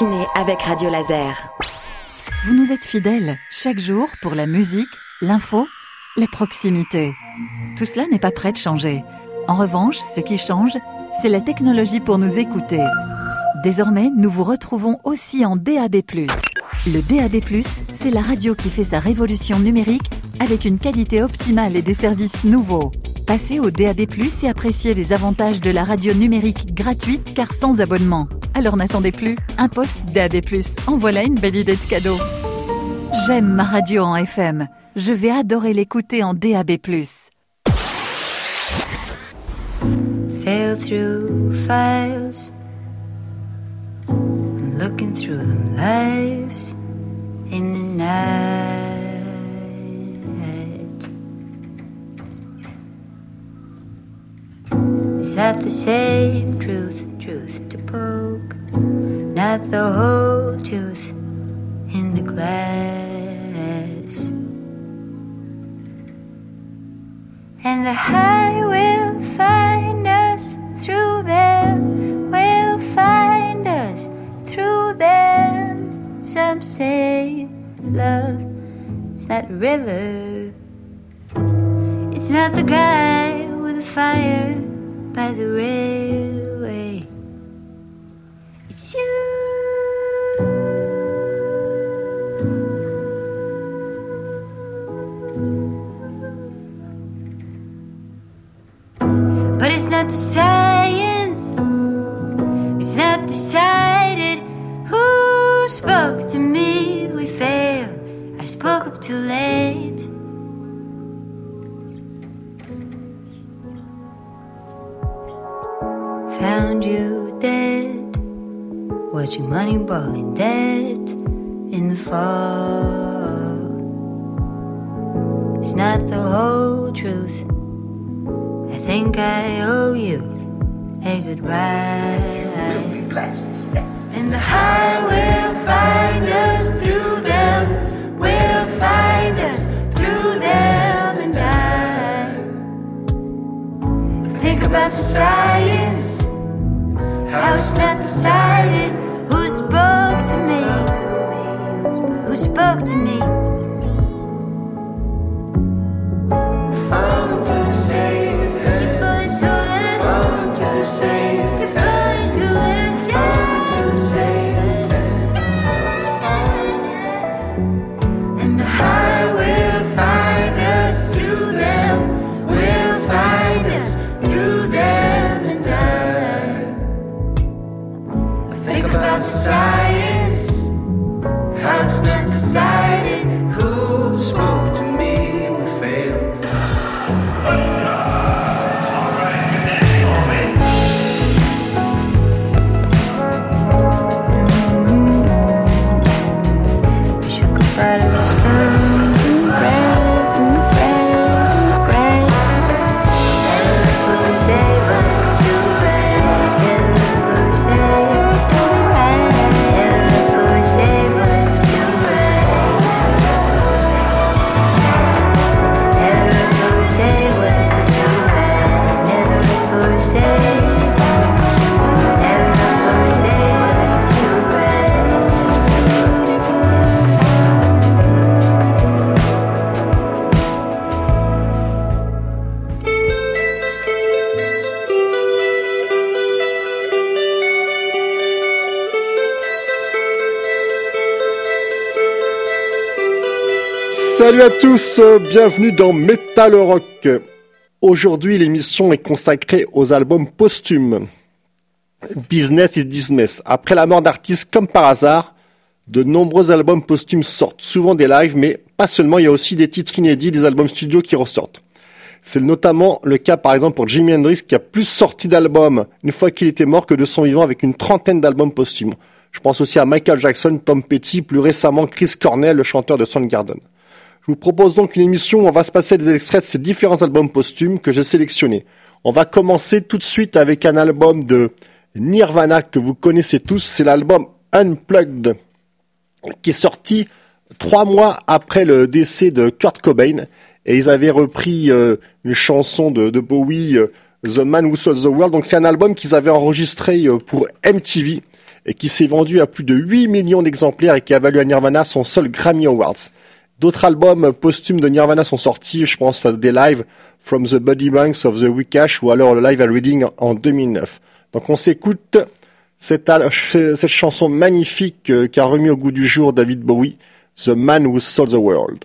matinée avec Radio Laser. Vous nous êtes fidèles chaque jour pour la musique, l'info, la proximité. Tout cela n'est pas prêt de changer. En revanche, ce qui change, c'est la technologie pour nous écouter. Désormais, nous vous retrouvons aussi en DAB+. Le DAB+, c'est la radio qui fait sa révolution numérique avec une qualité optimale et des services nouveaux. Passez au DAB+, et appréciez les avantages de la radio numérique gratuite car sans abonnement. Alors n'attendez plus, un poste DAB+, en voilà une belle idée de cadeau. J'aime ma radio en FM, je vais adorer l'écouter en DAB+. Fail through files, I'm looking through them lives in the night. Is that the same truth to poke? Not the whole truth in the glass. And the high will find us through them, will find us through them. Some say love is that river. It's not the guy with the fire by the railway. It's you. But it's not the science, it's not decided. Who spoke to me? We failed, I spoke up too late. Found you dead, watching Moneyball in debt in the fall. It's not the whole truth, I think I owe you a goodbye. And the high will find us through them, will find us through them. And I think about the science, how it's not decided. Who spoke to me? Who spoke to me? Fall into the safe, fall into the safe, fall into the safe. And the high will find us through them, will find us through them. And I think about the science, how it's not decided. Who spoke to me? We failed. We should go by the stones and grass and grass and grass. And we say what to do right. And we say do it right. And we say what to do right. And we say what to do right. And we say. Salut à tous, bienvenue dans Metal Rock. Aujourd'hui, l'émission est consacrée aux albums posthumes. Business is business. Après la mort d'artistes comme par hasard, de nombreux albums posthumes sortent, souvent des lives, mais pas seulement, il y a aussi des titres inédits, des albums studio qui ressortent. C'est notamment le cas par exemple pour Jimi Hendrix qui a plus sorti d'albums une fois qu'il était mort que de son vivant avec une trentaine d'albums posthumes. Je pense aussi à Michael Jackson, Tom Petty, plus récemment Chris Cornell, le chanteur de Soundgarden. Je vous propose donc une émission où on va se passer des extraits de ces différents albums posthumes que j'ai sélectionnés. On va commencer tout de suite avec un album de Nirvana que vous connaissez tous, c'est l'album Unplugged, qui est sorti 3 mois après le décès de Kurt Cobain, et ils avaient repris une chanson de Bowie, The Man Who Sold the World. Donc c'est un album qu'ils avaient enregistré pour MTV, et qui s'est vendu à plus de 8 millions d'exemplaires et qui a valu à Nirvana son seul Grammy Awards. D'autres albums posthumes de Nirvana sont sortis, je pense à des lives From the Body Banks of the Wiccash ou alors le live à Reading en 2009. Donc on s'écoute cette chanson magnifique qui a remis au goût du jour David Bowie, The Man Who Sold the World.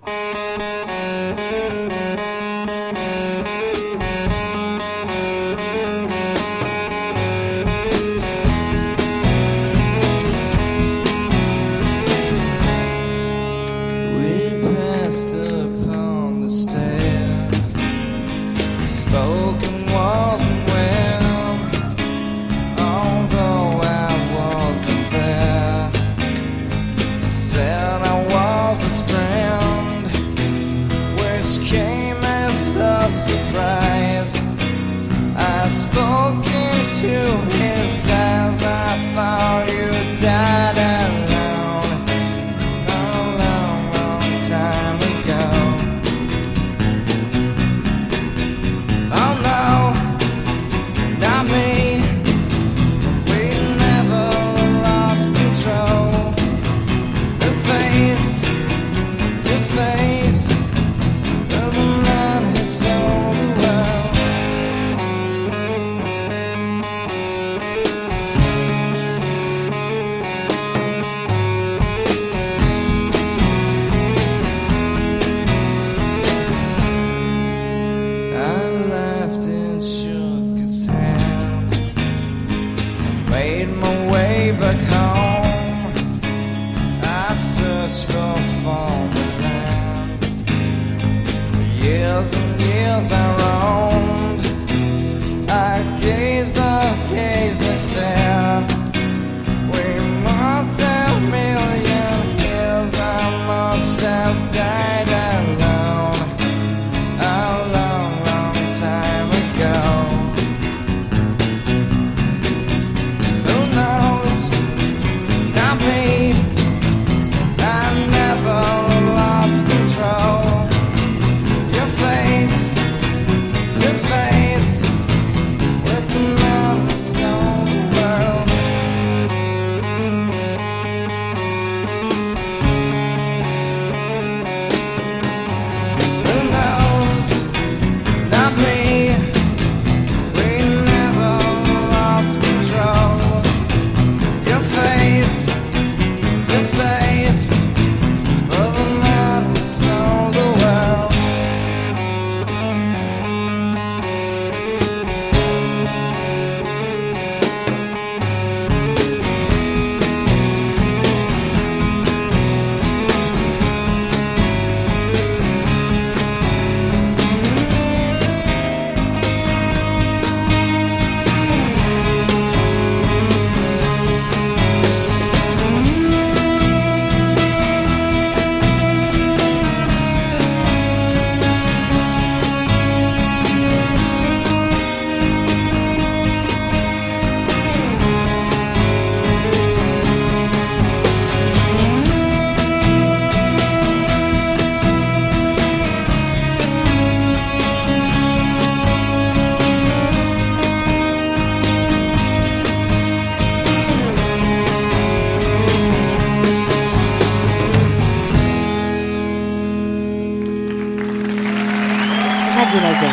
Radio Laser,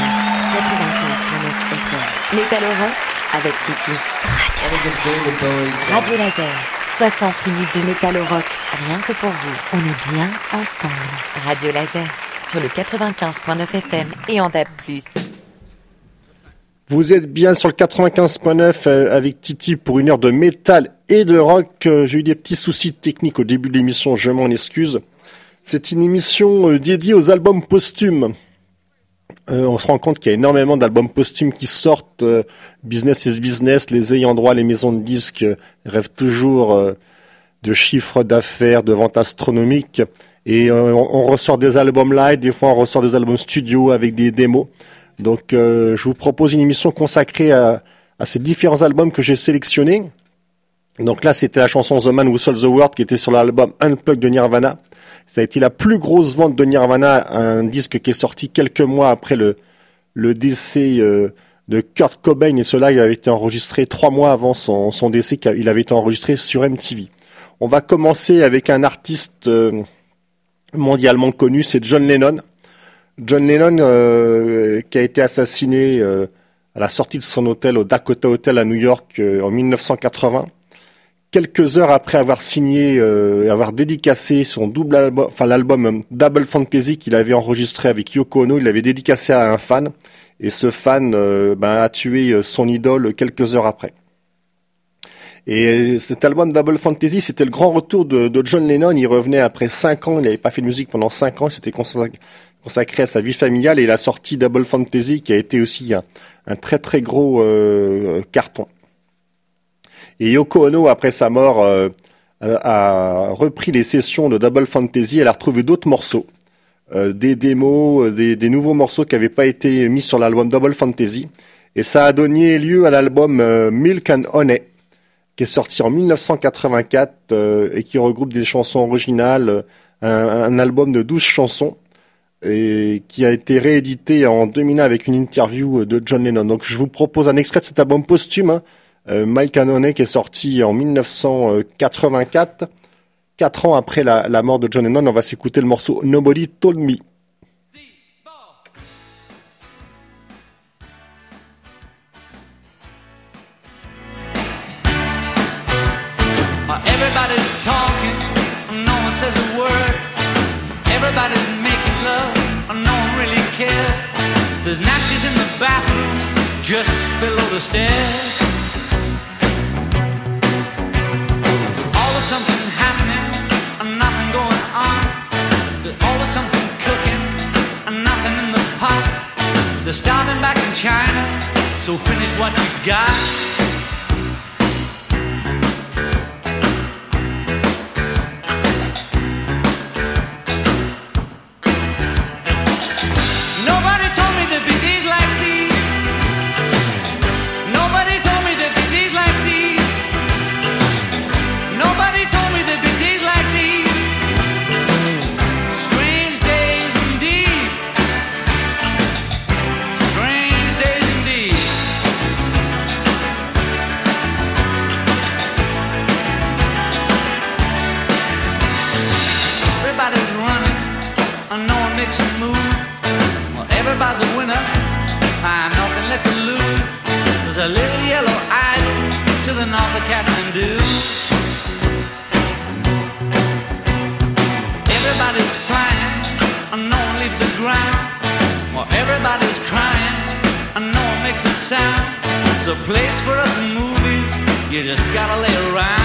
95.9 FM. Métal Rock avec Titi. Radio Laser, 60 minutes de métal rock, rien que pour vous. On est bien ensemble. Radio Laser, sur le 95.9 FM et en DAB+. Vous êtes bien sur le 95.9 avec Titi pour une heure de métal et de rock. J'ai eu des petits soucis techniques au début de l'émission, je m'en excuse. C'est une émission dédiée aux albums posthumes. On se rend compte qu'il y a énormément d'albums posthumes qui sortent. Business is business, les ayants droit, les maisons de disques rêvent toujours de chiffres d'affaires, de ventes astronomiques. Et on ressort des albums live, des fois on ressort des albums studio avec des démos. Donc je vous propose une émission consacrée à ces différents albums que j'ai sélectionnés. Donc là c'était la chanson The Man Who Sold the World qui était sur l'album Unplugged de Nirvana. Ça a été la plus grosse vente de Nirvana, un disque qui est sorti quelques mois après le décès de Kurt Cobain, et cela il avait été enregistré 3 mois avant son décès, il avait été enregistré sur MTV. On va commencer avec un artiste mondialement connu, c'est John Lennon. John Lennon qui a été assassiné à la sortie de son hôtel au Dakota Hotel à New York en 1980. Quelques heures après avoir signé et avoir dédicacé son double album, enfin l'album Double Fantasy qu'il avait enregistré avec Yoko Ono, il l'avait dédicacé à un fan, et ce fan a tué son idole quelques heures après. Et cet album Double Fantasy, c'était le grand retour de John Lennon. Il revenait après 5 ans, il n'avait pas fait de musique pendant 5 ans, il s'était consacré à sa vie familiale, et il a sorti Double Fantasy qui a été aussi un très très gros carton. Et Yoko Ono, après sa mort, a repris les sessions de Double Fantasy. Elle a retrouvé d'autres morceaux, des démos, des nouveaux morceaux qui n'avaient pas été mis sur l'album Double Fantasy. Et ça a donné lieu à l'album Milk and Honey, qui est sorti en 1984 et qui regroupe des chansons originales, un album de 12 chansons, et qui a été réédité en 2001 avec une interview de John Lennon. Donc je vous propose un extrait de cet album posthume, Milk and Honey, qui est sorti en 1984, 4 ans après la mort de John Lennon. On va s'écouter le morceau Nobody Told Me. Everybody's talking, no one says a word. Everybody's making love, no one really cares. There's natches in the bathroom, just below the stairs. Always something happening, and nothing going on. There's always something cooking, and nothing in the pot. They're starving back in China, so finish what you got. Everybody's a winner, nothing left to lose. There's a little yellow island to the north of Kathmandu. Everybody's flying, and no one leaves the ground. Well, everybody's crying, and no one makes a sound. There's a place for us in movies, you just gotta lay around.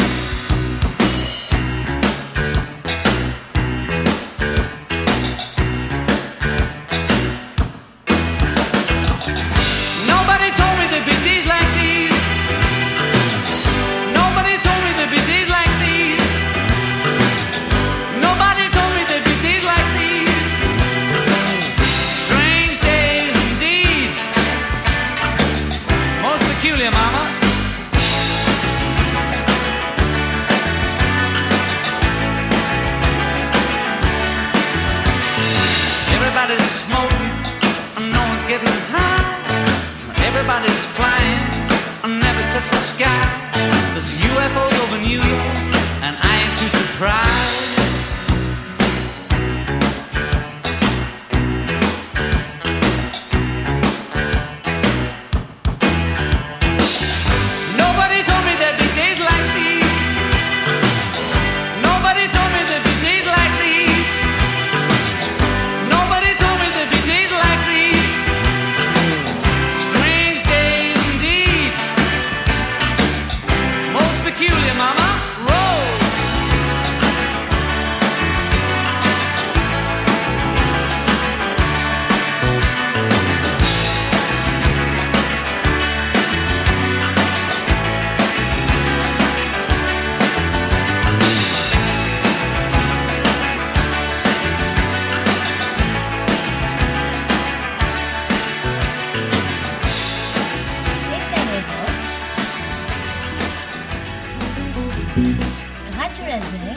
Everybody's flying, I never touch the sky. There's UFOs over New York, and I ain't too surprised. Nobody told me there'd be days like these. Nobody told me there'd be days like these. Nobody told me there'd be days like these. Peculiar, mama, roll. Radio Laser.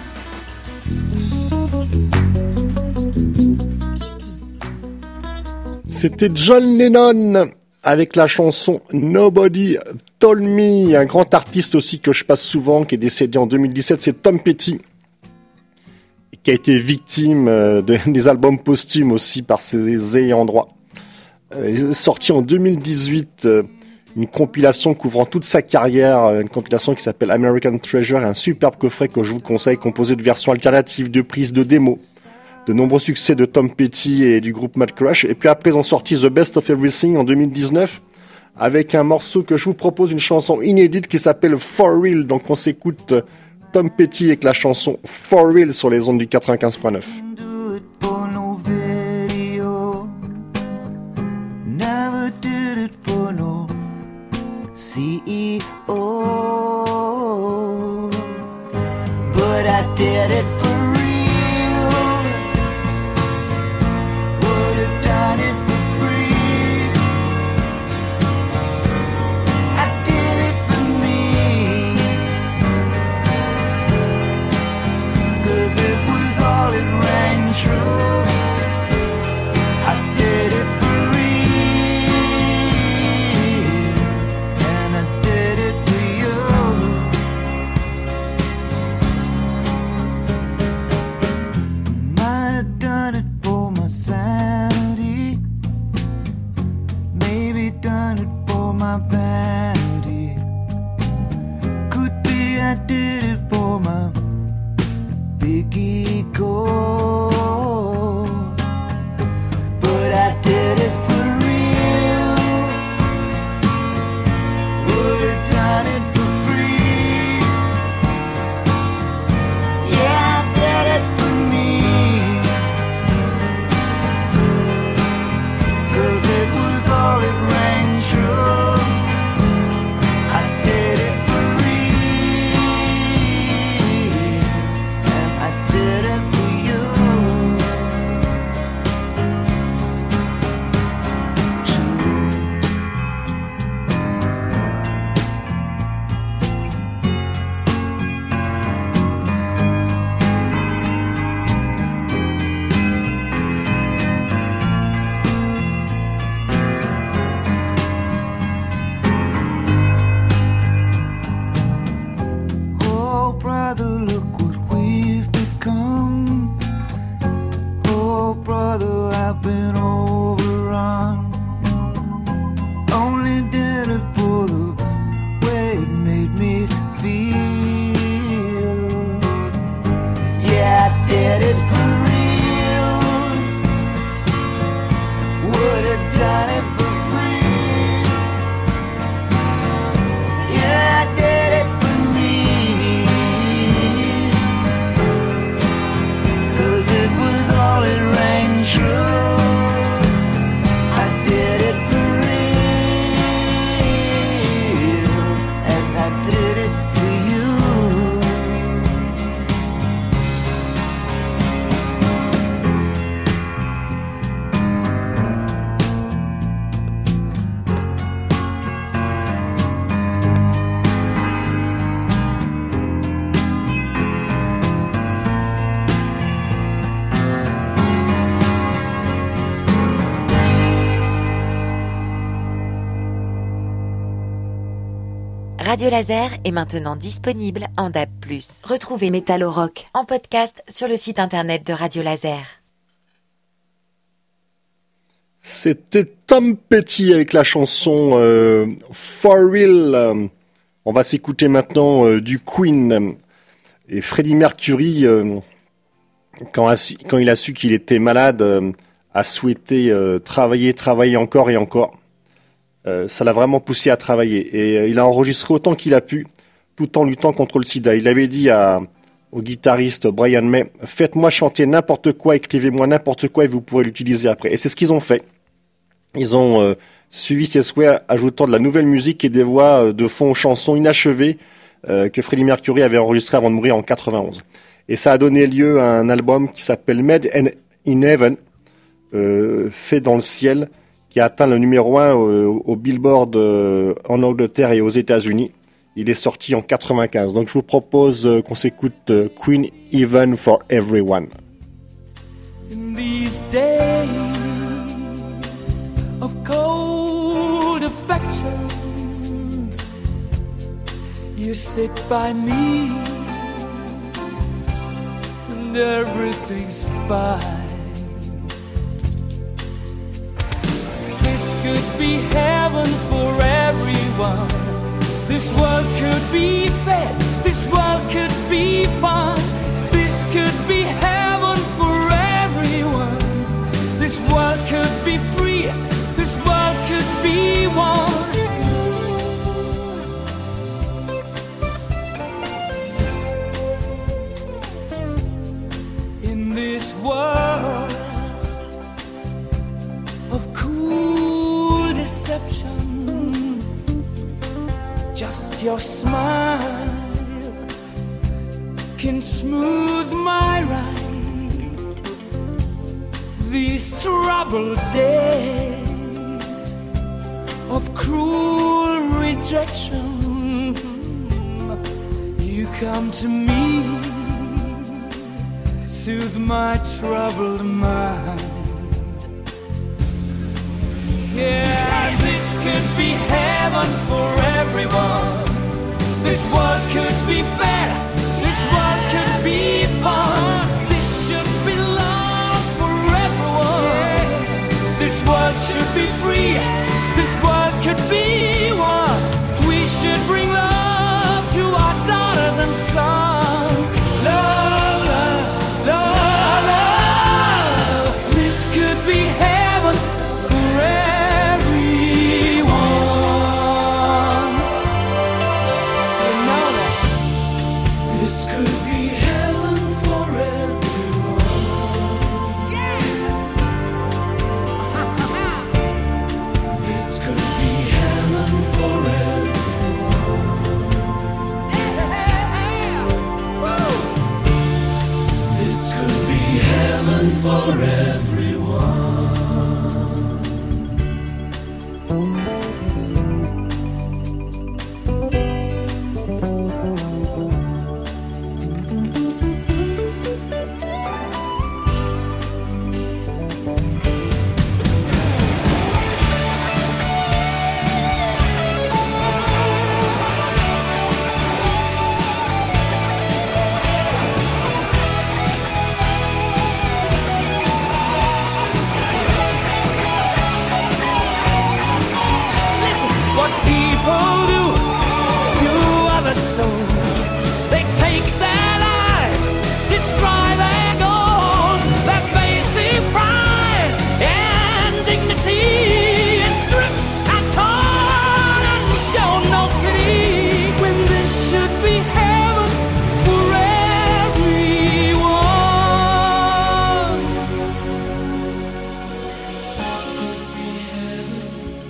C'était John Lennon avec la chanson Nobody Told Me, un grand artiste aussi que je passe souvent, qui est décédé en 2017, c'est Tom Petty, qui a été victime des albums posthumes aussi par ses ayants droit. Sorti en 2018, une compilation couvrant toute sa carrière, une compilation qui s'appelle American Treasure, un superbe coffret que je vous conseille, composé de versions alternatives, de prises, de démos, de nombreux succès de Tom Petty et du groupe Mad Crush. Et puis après, ils ont sorti The Best of Everything en 2019, avec un morceau que je vous propose, une chanson inédite qui s'appelle For Real. Donc on s'écoute Tom Petty avec la chanson For Real sur les ondes du 95.9. Do it for no video. Never did it for no CEO. But I did it for real. Would have done it for free. I did it for me. 'Cause it was all it rang true. I did it for real. And I did it for you. Might have done it for my sanity. Maybe done it for my vanity. Could be I did it for my big ego. But I did it for real. Would have done it for free. Yeah, I did it for me. 'Cause it was all it rang true. I did it for real. And I did it for you. Oh, brother, look what we've become. Oh, brother, I've been overrun. Only did it for the way it made me feel. Yeah, I did it for real. Would have done it for free. Yeah, I did it for me. 'Cause it was all it rang true. I did it for real. And I did it for you. Radio Laser est maintenant disponible en DAB+. Retrouvez Métal au Rock en podcast sur le site internet de Radio Laser. C'était Tom Petty avec la chanson For Real. On va s'écouter maintenant du Queen. Et Freddie Mercury, quand il a su qu'il était malade, a souhaité travailler encore et encore. Ça l'a vraiment poussé à travailler. Et il a enregistré autant qu'il a pu, tout en luttant contre le sida. Il avait dit au guitariste Brian May, « Faites-moi chanter n'importe quoi, écrivez-moi n'importe quoi et vous pourrez l'utiliser après. » Et c'est ce qu'ils ont fait. Ils ont suivi ses souhaits, ajoutant de la nouvelle musique et des voix de fond aux chansons inachevées que Freddie Mercury avait enregistrées avant de mourir en 91. Et ça a donné lieu à un album qui s'appelle Made in Heaven, fait dans le ciel, qui a atteint le numéro 1 au Billboard en Angleterre et aux États-Unis. Il est sorti en 95. Donc je vous propose qu'on s'écoute Queen Even for Everyone. In these days of cold affections. You sit by me, and everything's fine. This could be heaven for everyone. This world could be fair, this world could be fun. This could be heaven for everyone. This world could be free, this world could be one. In this world of cool deception, just your smile can smooth my ride. These troubled days of cruel rejection, you come to me, soothe my troubled mind. Yeah, this could be heaven for everyone. This world could be fair, this world could be fun. This should be love for everyone. This world should be free, this world could be one. We should bring love to our daughters and sons. Love, love, love, love. This could be heaven for everyone. You know that. This could be heaven for everyone. Yes. This could be heaven for everyone. Yeah. Woo. This could be heaven for everyone. Listen, what people do to other souls, they take their lives, destroy their goals. Their basic pride and dignity is stripped and torn and shown no pity. When this should be heaven for everyone. This could be heaven.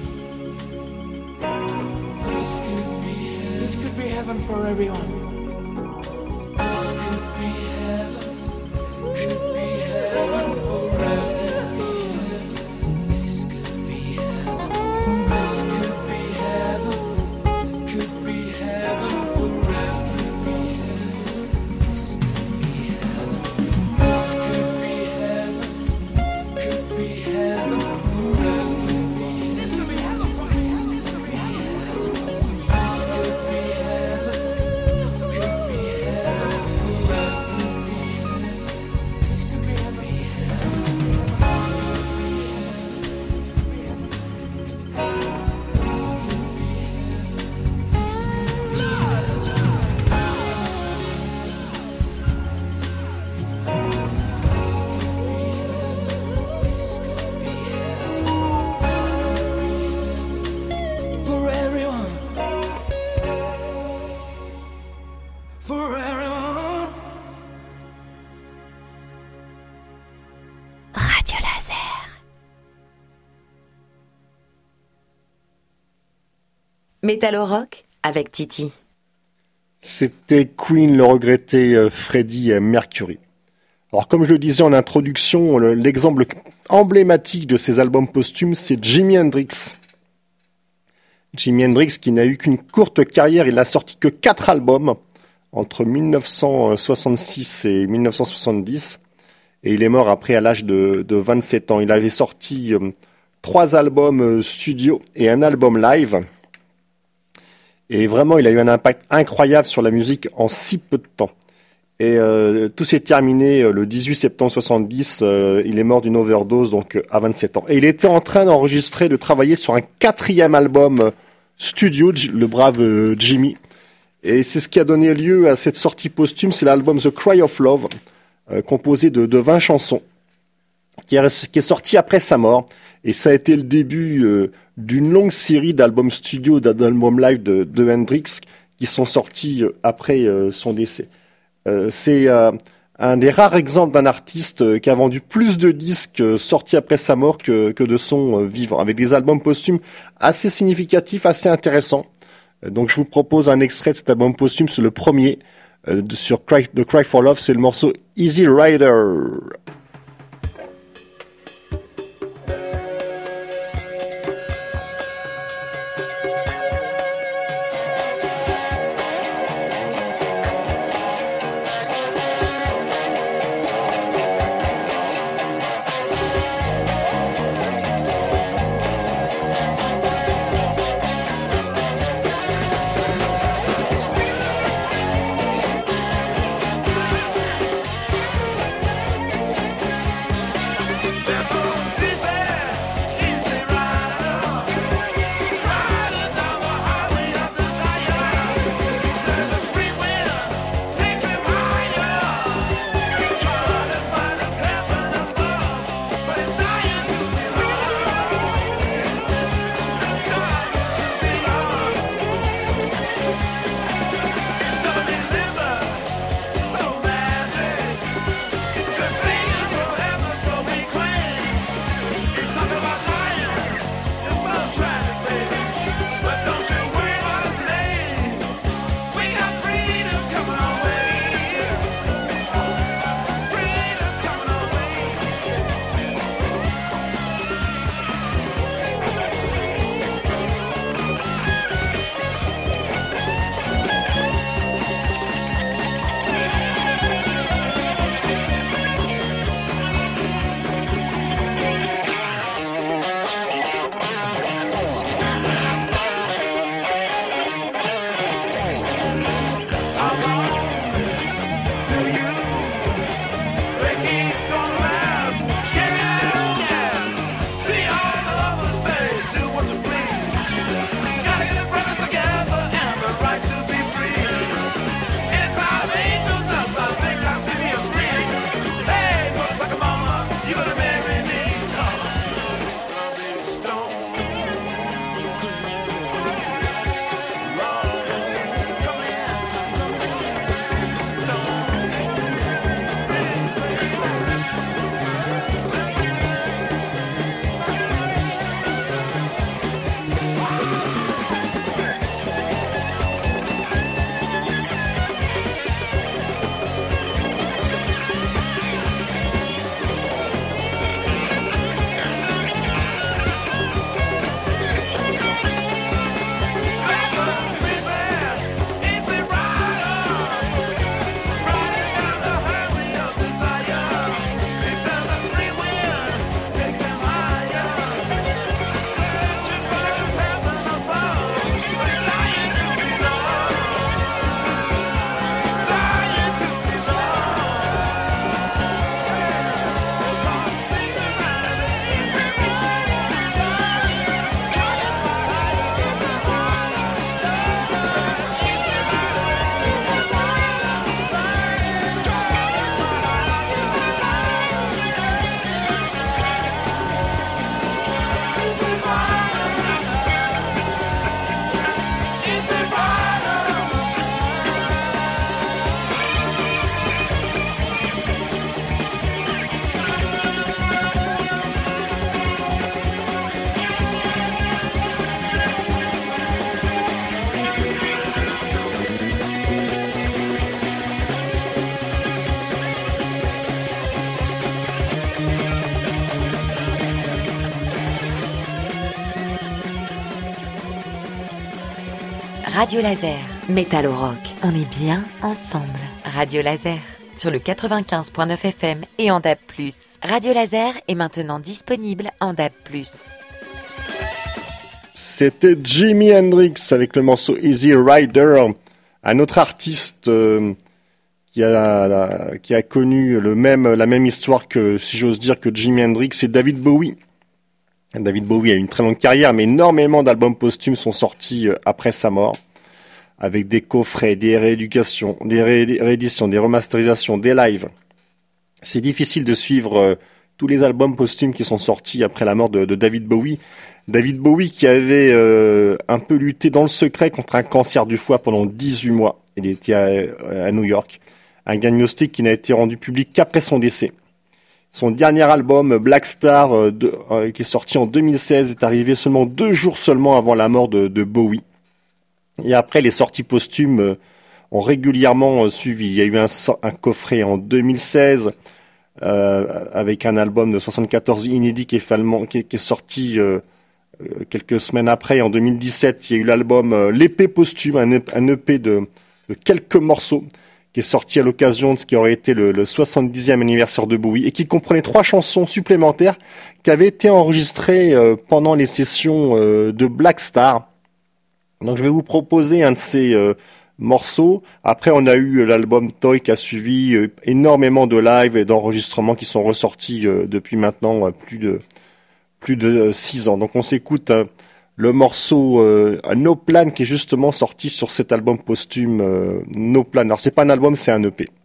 This could be heaven for everyone. This could be heaven. Could be heaven for everyone. This could be heaven. This could be heaven. Could be heaven for everyone. This could be heaven. This could be heaven. Could be heaven for everyone. This could be heaven for us. This could be heaven. This could be heaven. Could be heaven for us. This could be heaven. This could be heaven. This could be heaven. This could be for everyone. For everyone. Radio Laser. Métallo Rock avec Titi. C'était Queen, le regretté Freddie Mercury. Alors comme je le disais en introduction, l'exemple emblématique de ces albums posthumes, c'est Jimi Hendrix. Jimi Hendrix qui n'a eu qu'une courte carrière, il n'a sorti que 4 albums entre 1966 et 1970 et il est mort après à l'âge de 27 ans. Il avait sorti 3 albums studio et un album live. Et vraiment, il a eu un impact incroyable sur la musique en si peu de temps. Et tout s'est terminé le 18 septembre 70. Il est mort d'une overdose, donc à 27 ans. Et il était en train de travailler sur un 4e album studio, le brave Jimmy. Et c'est ce qui a donné lieu à cette sortie posthume. C'est l'album The Cry of Love, composé de 20 chansons, qui est sorti après sa mort. Et ça a été le début d'une longue série d'albums studio, d'albums live de Hendrix, qui sont sortis après son décès. C'est un des rares exemples d'un artiste qui a vendu plus de disques sortis après sa mort que de son vivant, avec des albums posthumes assez significatifs, assez intéressants. Donc je vous propose un extrait de cet album posthume, c'est le premier sur The Cry for Love, c'est le morceau Easy Rider. Radio Laser, métal au rock. On est bien ensemble. Radio Laser, sur le 95.9 FM et en DAB+. Radio Laser est maintenant disponible en DAB+. C'était Jimi Hendrix avec le morceau Easy Rider, un autre artiste qui a connu la même histoire que, si j'ose dire, que Jimi Hendrix, c'est David Bowie. David Bowie a eu une très longue carrière, mais énormément d'albums posthumes sont sortis après sa mort, avec des coffrets, des rééditions, des remasterisations, des lives. C'est difficile de suivre tous les albums posthumes qui sont sortis après la mort de David Bowie. David Bowie qui avait un peu lutté dans le secret contre un cancer du foie pendant 18 mois. Il était à New York. Un diagnostic qui n'a été rendu public qu'après son décès. Son dernier album, Black Star, qui est sorti en 2016, est arrivé seulement 2 jours seulement avant la mort de Bowie. Et après, les sorties posthumes ont régulièrement suivi. Il y a eu un coffret en 2016 avec un album de 74 inédit qui est sorti quelques semaines après. En 2017, il y a eu l'album L'épée posthume, un EP de quelques morceaux qui est sorti à l'occasion de ce qui aurait été le 70e anniversaire de Bowie et qui comprenait 3 chansons supplémentaires qui avaient été enregistrées pendant les sessions de Black Star. Donc je vais vous proposer un de ces morceaux. Après, on a eu l'album Toy qui a suivi, énormément de lives et d'enregistrements qui sont ressortis depuis maintenant plus de 6 ans. Donc on s'écoute le morceau No Plan qui est justement sorti sur cet album posthume No Plan. Alors c'est pas un album, c'est un EP.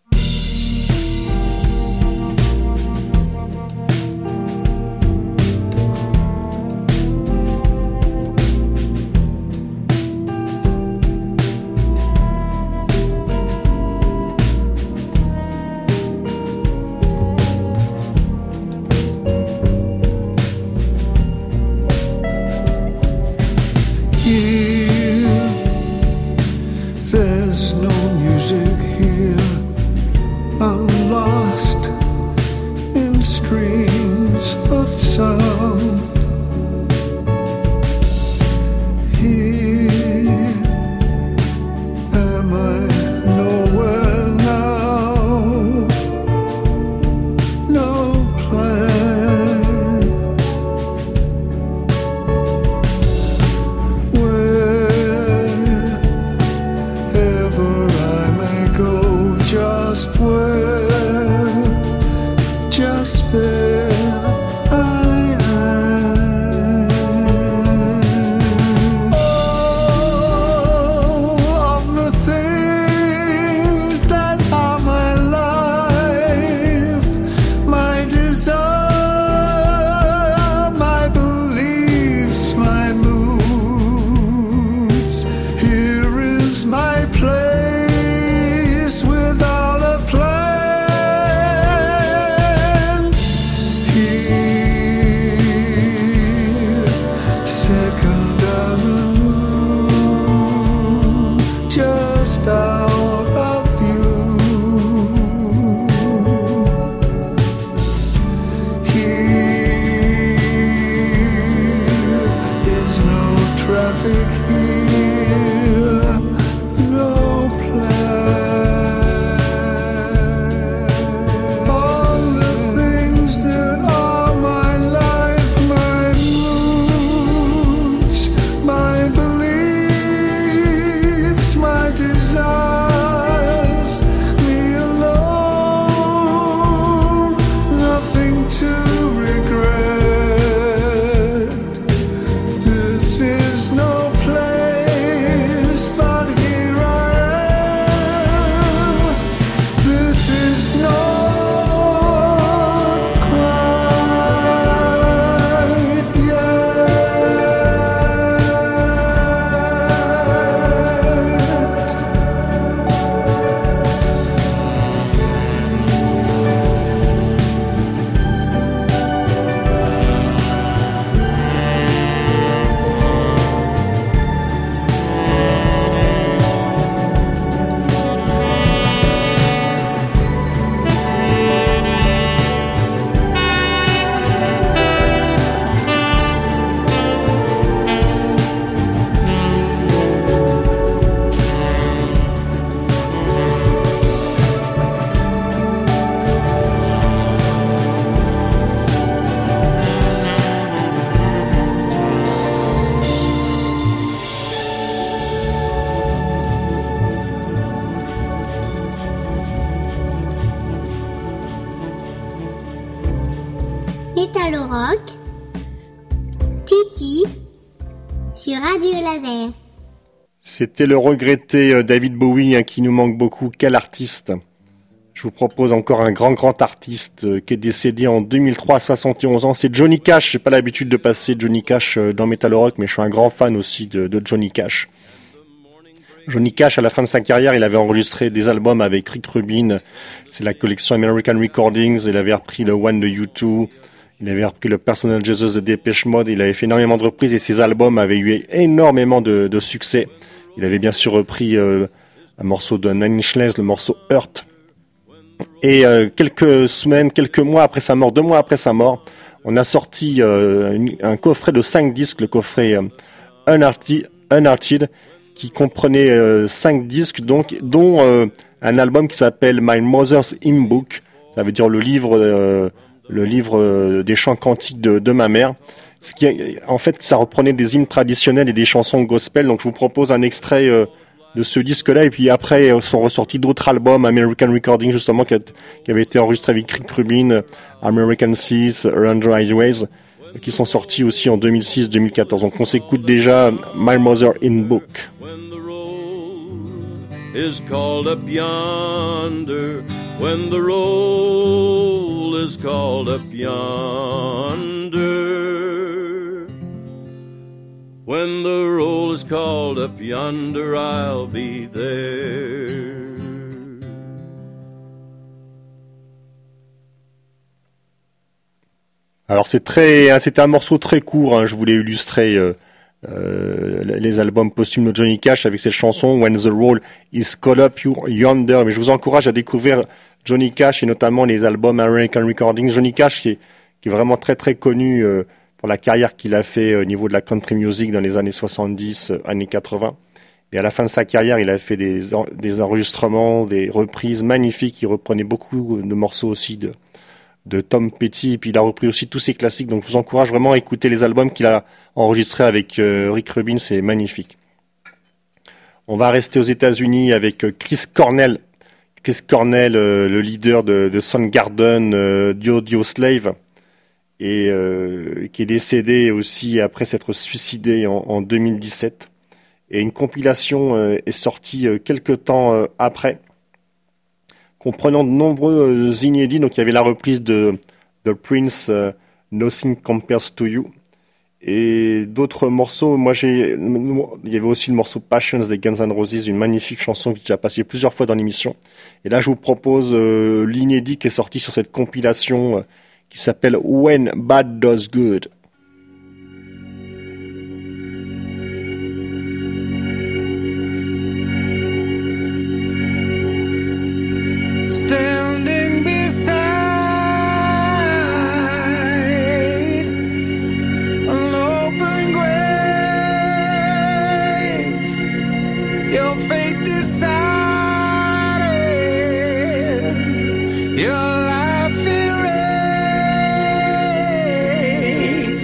There's no music here. I'm lost in streams of sound. Here am I nowhere now. No plan. Wherever I may go, just where, just there I am. Métal Rock, Titi, sur Radio Laser. C'était le regretté David Bowie qui nous manque beaucoup. Quel artiste! Je vous propose encore un grand artiste qui est décédé en 2003 à 71 ans. C'est Johnny Cash. J'ai pas l'habitude de passer Johnny Cash dans Metal Rock, mais je suis un grand fan aussi de Johnny Cash. Johnny Cash, à la fin de sa carrière, il avait enregistré des albums avec Rick Rubin. C'est la collection American Recordings. Il avait repris le One de U2. Il avait repris le Personal Jesus de Depeche Mode. Il avait fait énormément de reprises et ses albums avaient eu énormément de succès. Il avait bien sûr repris un morceau de Nine Inch Nails, le morceau Hurt. Et quelques mois après sa mort, 2 mois après sa mort, on a sorti un coffret de 5 disques, le coffret Unhearted, qui comprenait 5 disques, donc, dont un album qui s'appelle My Mother's Hymn Book. Ça veut dire le livre des chants cantiques de ma mère. Ce qui, en fait, ça reprenait des hymnes traditionnels et des chansons gospel. Donc, je vous propose un extrait de ce disque-là. Et puis après, sont ressortis d'autres albums, American Recording, justement, qui avaient été enregistrés avec Rick Rubin, American Seas, Around Highways, qui sont sortis aussi en 2006-2014. Donc, on s'écoute déjà My Mother in Book. When the roll is called up yonder, when the roll is called up yonder, when the roll is called up yonder, I'll be there. Alors c'était un morceau très court, hein, je voulais illustrer les albums posthumes de Johnny Cash avec cette chanson When the Roll is Called Up Yonder. Mais je vous encourage à découvrir Johnny Cash et notamment les albums American Recordings. Johnny Cash qui est vraiment très très connu pour la carrière qu'il a fait au niveau de la country music dans les années 70, années 80. Et à la fin de sa carrière, il a fait des enregistrements, des reprises magnifiques. Il reprenait beaucoup de morceaux aussi de Tom Petty, et puis il a repris aussi tous ses classiques. Donc je vous encourage vraiment à écouter les albums qu'il a enregistrés avec Rick Rubin, c'est magnifique. On va rester aux États-Unis avec Chris Cornell. Chris Cornell, le leader de Soundgarden, d'Audioslave, et qui est décédé aussi après s'être suicidé en 2017. Et une compilation est sortie quelques temps après, comprenant de nombreux inédits. Donc il y avait la reprise de The Prince, Nothing Compares to You, et d'autres morceaux. Il y avait aussi le morceau Passions des Guns N' Roses, une magnifique chanson qui a passé plusieurs fois dans l'émission. Et là je vous propose l'inédit qui est sorti sur cette compilation qui s'appelle When Bad Does Good. Standing beside an open grave, your fate decided, your life erased.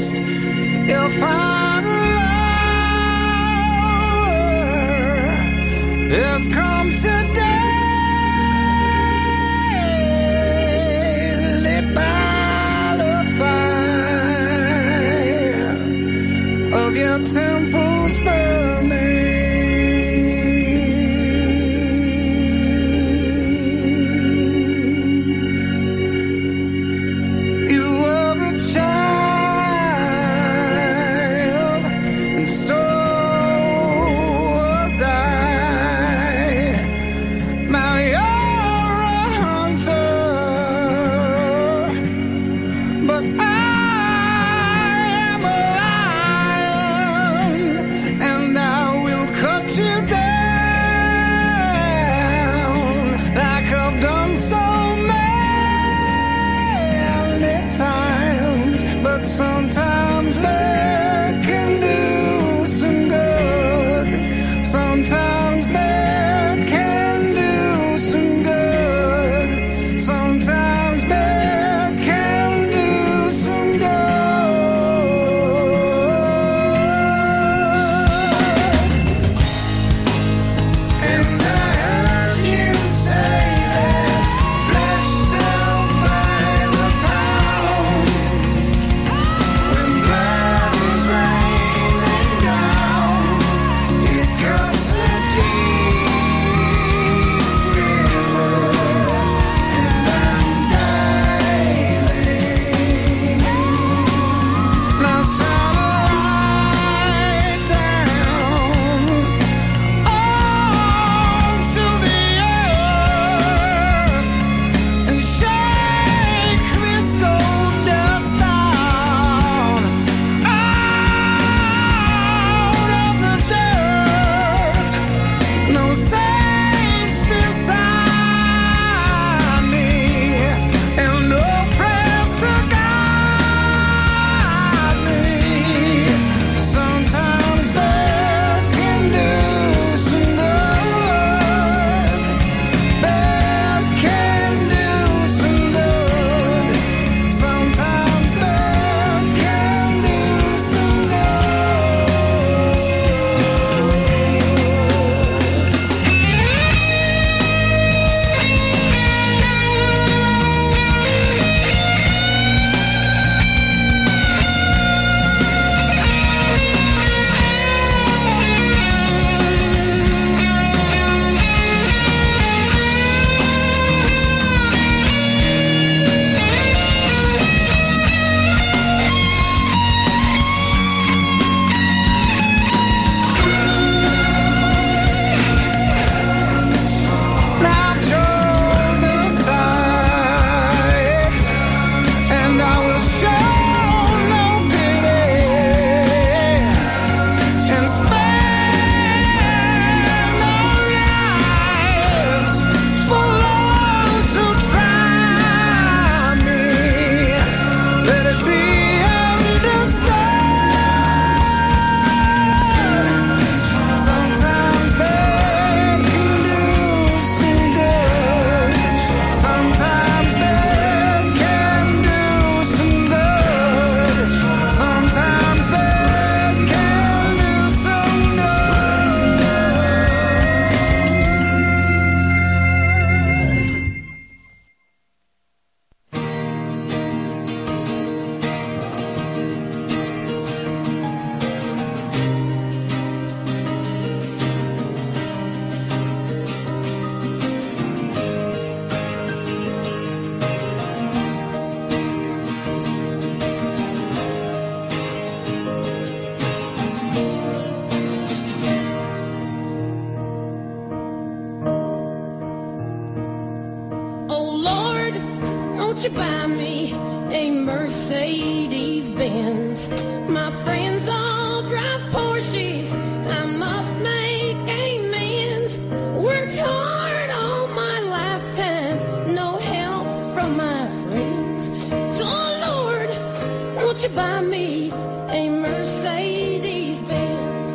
won't you buy me a Mercedes Benz? My friends all drive Porsches, I must make amends. Worked hard all my lifetime, no help from my friends. So Lord, won't you buy me a Mercedes Benz?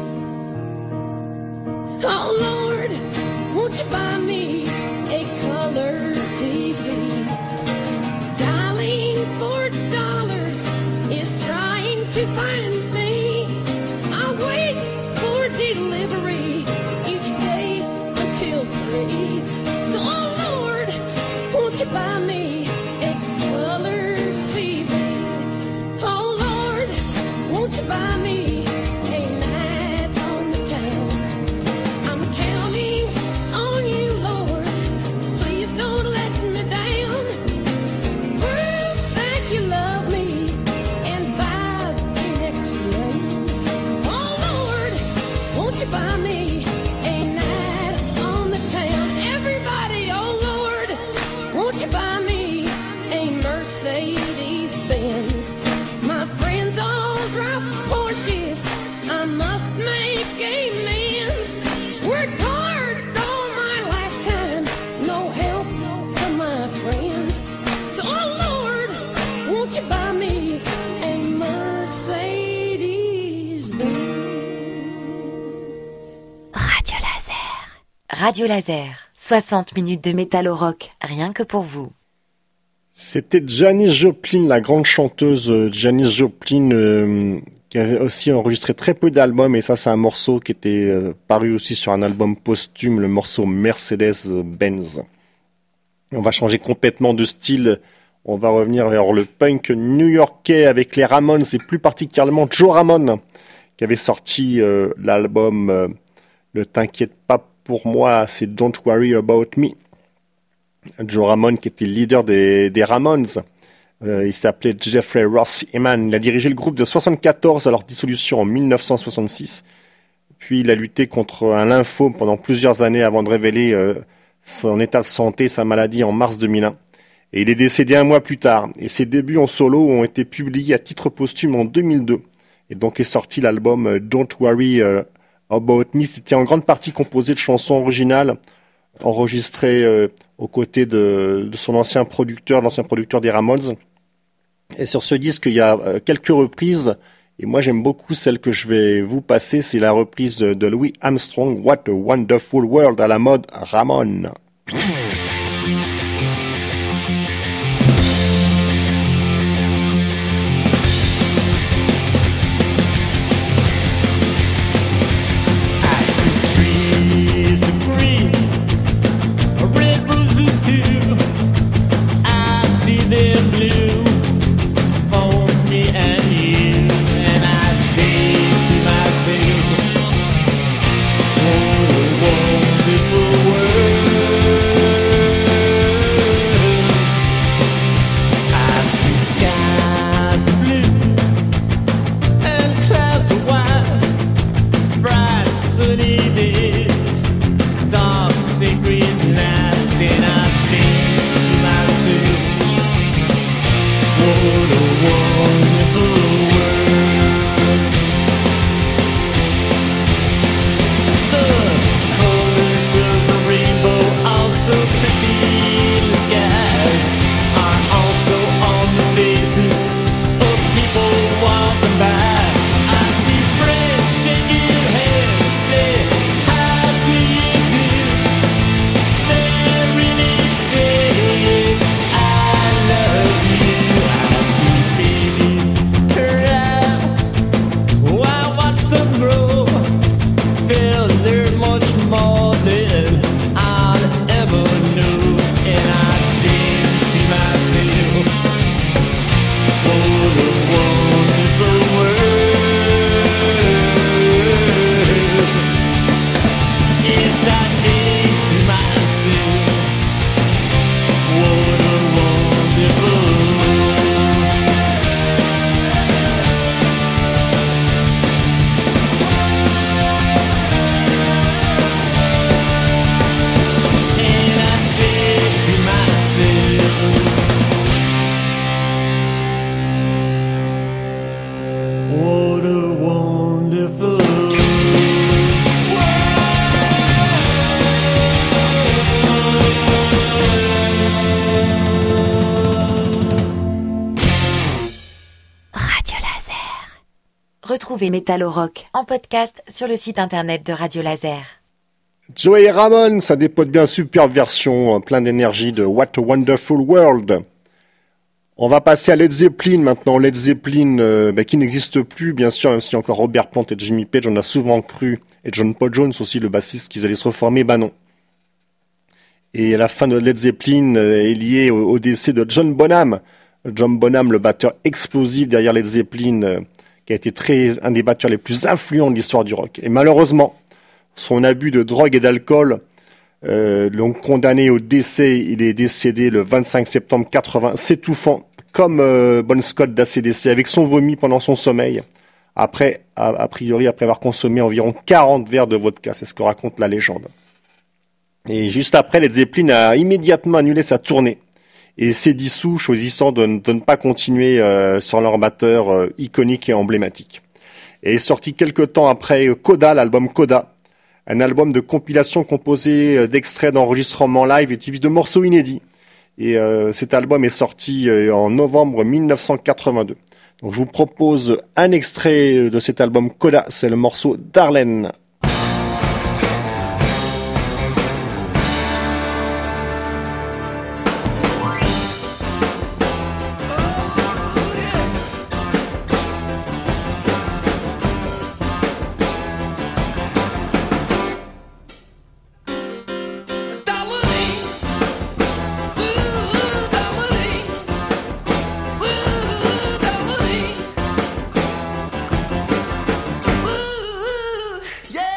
Oh Lord, won't you buy me a color TV? Dialing for dollars is trying to find me. I wait for delivery each day until 3. So oh Lord, won't you buy me a color TV? Oh Lord, won't you buy me a night on the town? I'm counting on you, Lord. Please don't let me down. Prove that you love me and buy the next lane. Oh Lord, won't you buy me a night on the town? Everybody, oh Lord, won't you buy me a Mercedes Benz? My friends all drive Porsches, I must make amends. Worked hard all my lifetime, no help from my friends. So oh Lord, won't you buy me a Mercedes Benz? Radio Laser. Radio Laser. 60 minutes de métal au rock, rien que pour vous. C'était Janis Joplin, la grande chanteuse Janis Joplin, qui avait aussi enregistré très peu d'albums, et ça c'est un morceau qui était paru aussi sur un album posthume, le morceau Mercedes-Benz. On va changer complètement de style, on va revenir vers le punk new-yorkais avec les Ramones, et plus particulièrement Joe Ramone, qui avait sorti l'album Ne t'inquiète pas pour moi, c'est Don't Worry About Me. Joe Ramone qui était le leader des Ramones, il s'appelait Jeffrey Ross Eman. Il a dirigé le groupe de 74 à leur dissolution en 1966. Puis il a lutté contre un lymphome pendant plusieurs années avant de révéler son état de santé, sa maladie en mars 2001. Et il est décédé un mois plus tard. Et ses débuts en solo ont été publiés à titre posthume en 2002. Et donc est sorti l'album Don't Worry About Me. C'était en grande partie composé de chansons originales enregistrées aux côtés de son ancien producteur, l'ancien producteur des Ramones. Et sur ce disque, il y a quelques reprises. Et moi, j'aime beaucoup celle que je vais vous passer. C'est la reprise de Louis Armstrong, What a Wonderful World, à la mode Ramone. Wonderful world. Retrouvez Métal au Rock en podcast sur le site internet de Radio Laser. Joey Ramone, ça dépote bien, superbe version, plein d'énergie de What a Wonderful World. On va passer à Led Zeppelin maintenant. Led Zeppelin qui n'existe plus, bien sûr, même s'il y a encore Robert Plant et Jimmy Page, on a souvent cru, et John Paul Jones aussi, le bassiste, qu'ils allaient se reformer, bah non. Et la fin de Led Zeppelin est liée au décès de John Bonham. John Bonham, le batteur explosif derrière Led Zeppelin, qui a été un des batteurs les plus influents de l'histoire du rock. Et malheureusement, son abus de drogue et d'alcool l'ont condamné au décès. Il est décédé le 25 septembre 80, s'étouffant comme Bon Scott d'ACDC avec son vomi pendant son sommeil. Après, a priori, après avoir consommé environ 40 verres de vodka, c'est ce que raconte la légende. Et juste après, Led Zeppelin a immédiatement annulé sa tournée et s'est dissous, choisissant de ne pas continuer sur leur batteur iconique et emblématique. Et est sorti quelques temps après Coda, l'album Coda, un album de compilation composé d'extraits d'enregistrements live et de morceaux inédits. Et cet album est sorti en novembre 1982. Donc je vous propose un extrait de cet album Coda, c'est le morceau Darlene. Yeah!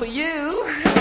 for you.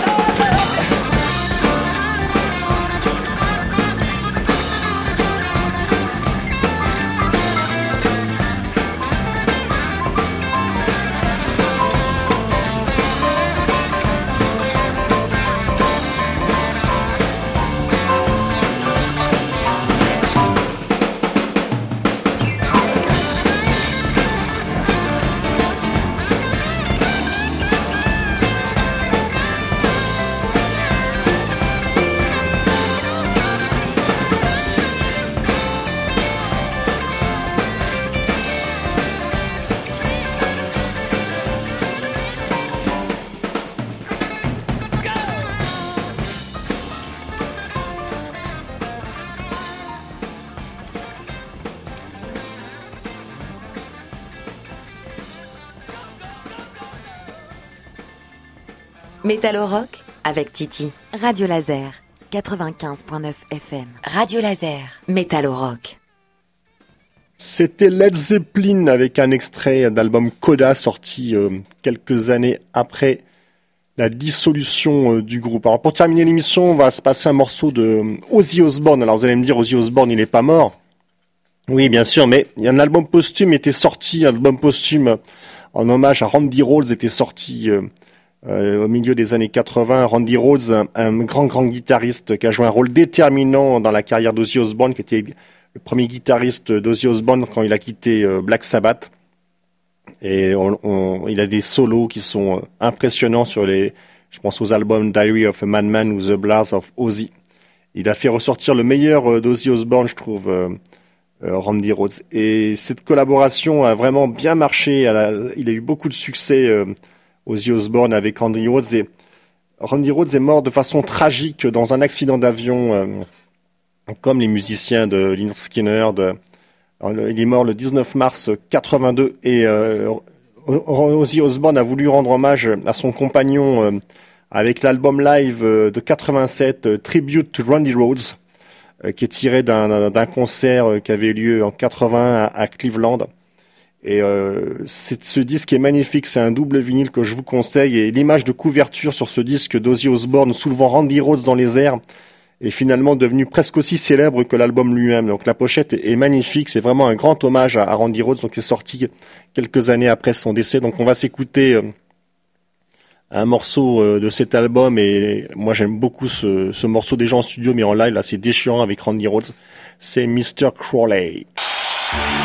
Métallo Rock avec Titi. Radio Laser 95.9 FM. Radio Laser. Métallo Rock. C'était Led Zeppelin avec un extrait d'album Coda sorti quelques années après la dissolution du groupe. Alors pour terminer l'émission, on va se passer un morceau de Ozzy Osbourne. Alors vous allez me dire, Ozzy Osbourne, il n'est pas mort. Oui, bien sûr, mais il y a un album posthume était sorti, un album posthume en hommage à Randy Rhoads était sorti au milieu des années 80. Randy Rhoads, un grand guitariste qui a joué un rôle déterminant dans la carrière d'Ozzy Osbourne, qui était le premier guitariste d'Ozzy Osbourne quand il a quitté Black Sabbath. Et il a des solos qui sont impressionnants je pense aux albums Diary of a Madman ou The Blast of Ozzy. Il a fait ressortir le meilleur d'Ozzy Osbourne, je trouve, Randy Rhoads. Et cette collaboration a vraiment bien marché. Il a eu beaucoup de succès, Ozzy Osbourne avec Randy Rhoads. Et Randy Rhoads est mort de façon tragique dans un accident d'avion, comme les musiciens de Lynyrd Skynyrd. Il est mort le 19 mars 82 et Ozzy Osbourne a voulu rendre hommage à son compagnon avec l'album live de 87, Tribute to Randy Rhoads, qui est tiré d'un concert qui avait eu lieu en 80 à Cleveland. Et ce disque est magnifique, c'est un double vinyle que je vous conseille, et l'image de couverture sur ce disque d'Ozzy Osbourne soulevant Randy Rhoads dans les airs est finalement devenu presque aussi célèbre que l'album lui-même. Donc la pochette est magnifique, c'est vraiment un grand hommage à Randy Rhoads, donc c'est sorti quelques années après son décès. Donc on va s'écouter un morceau de cet album, et moi j'aime beaucoup ce morceau déjà en studio, mais en live là c'est déchirant avec Randy Rhoads. C'est Mr. Crowley.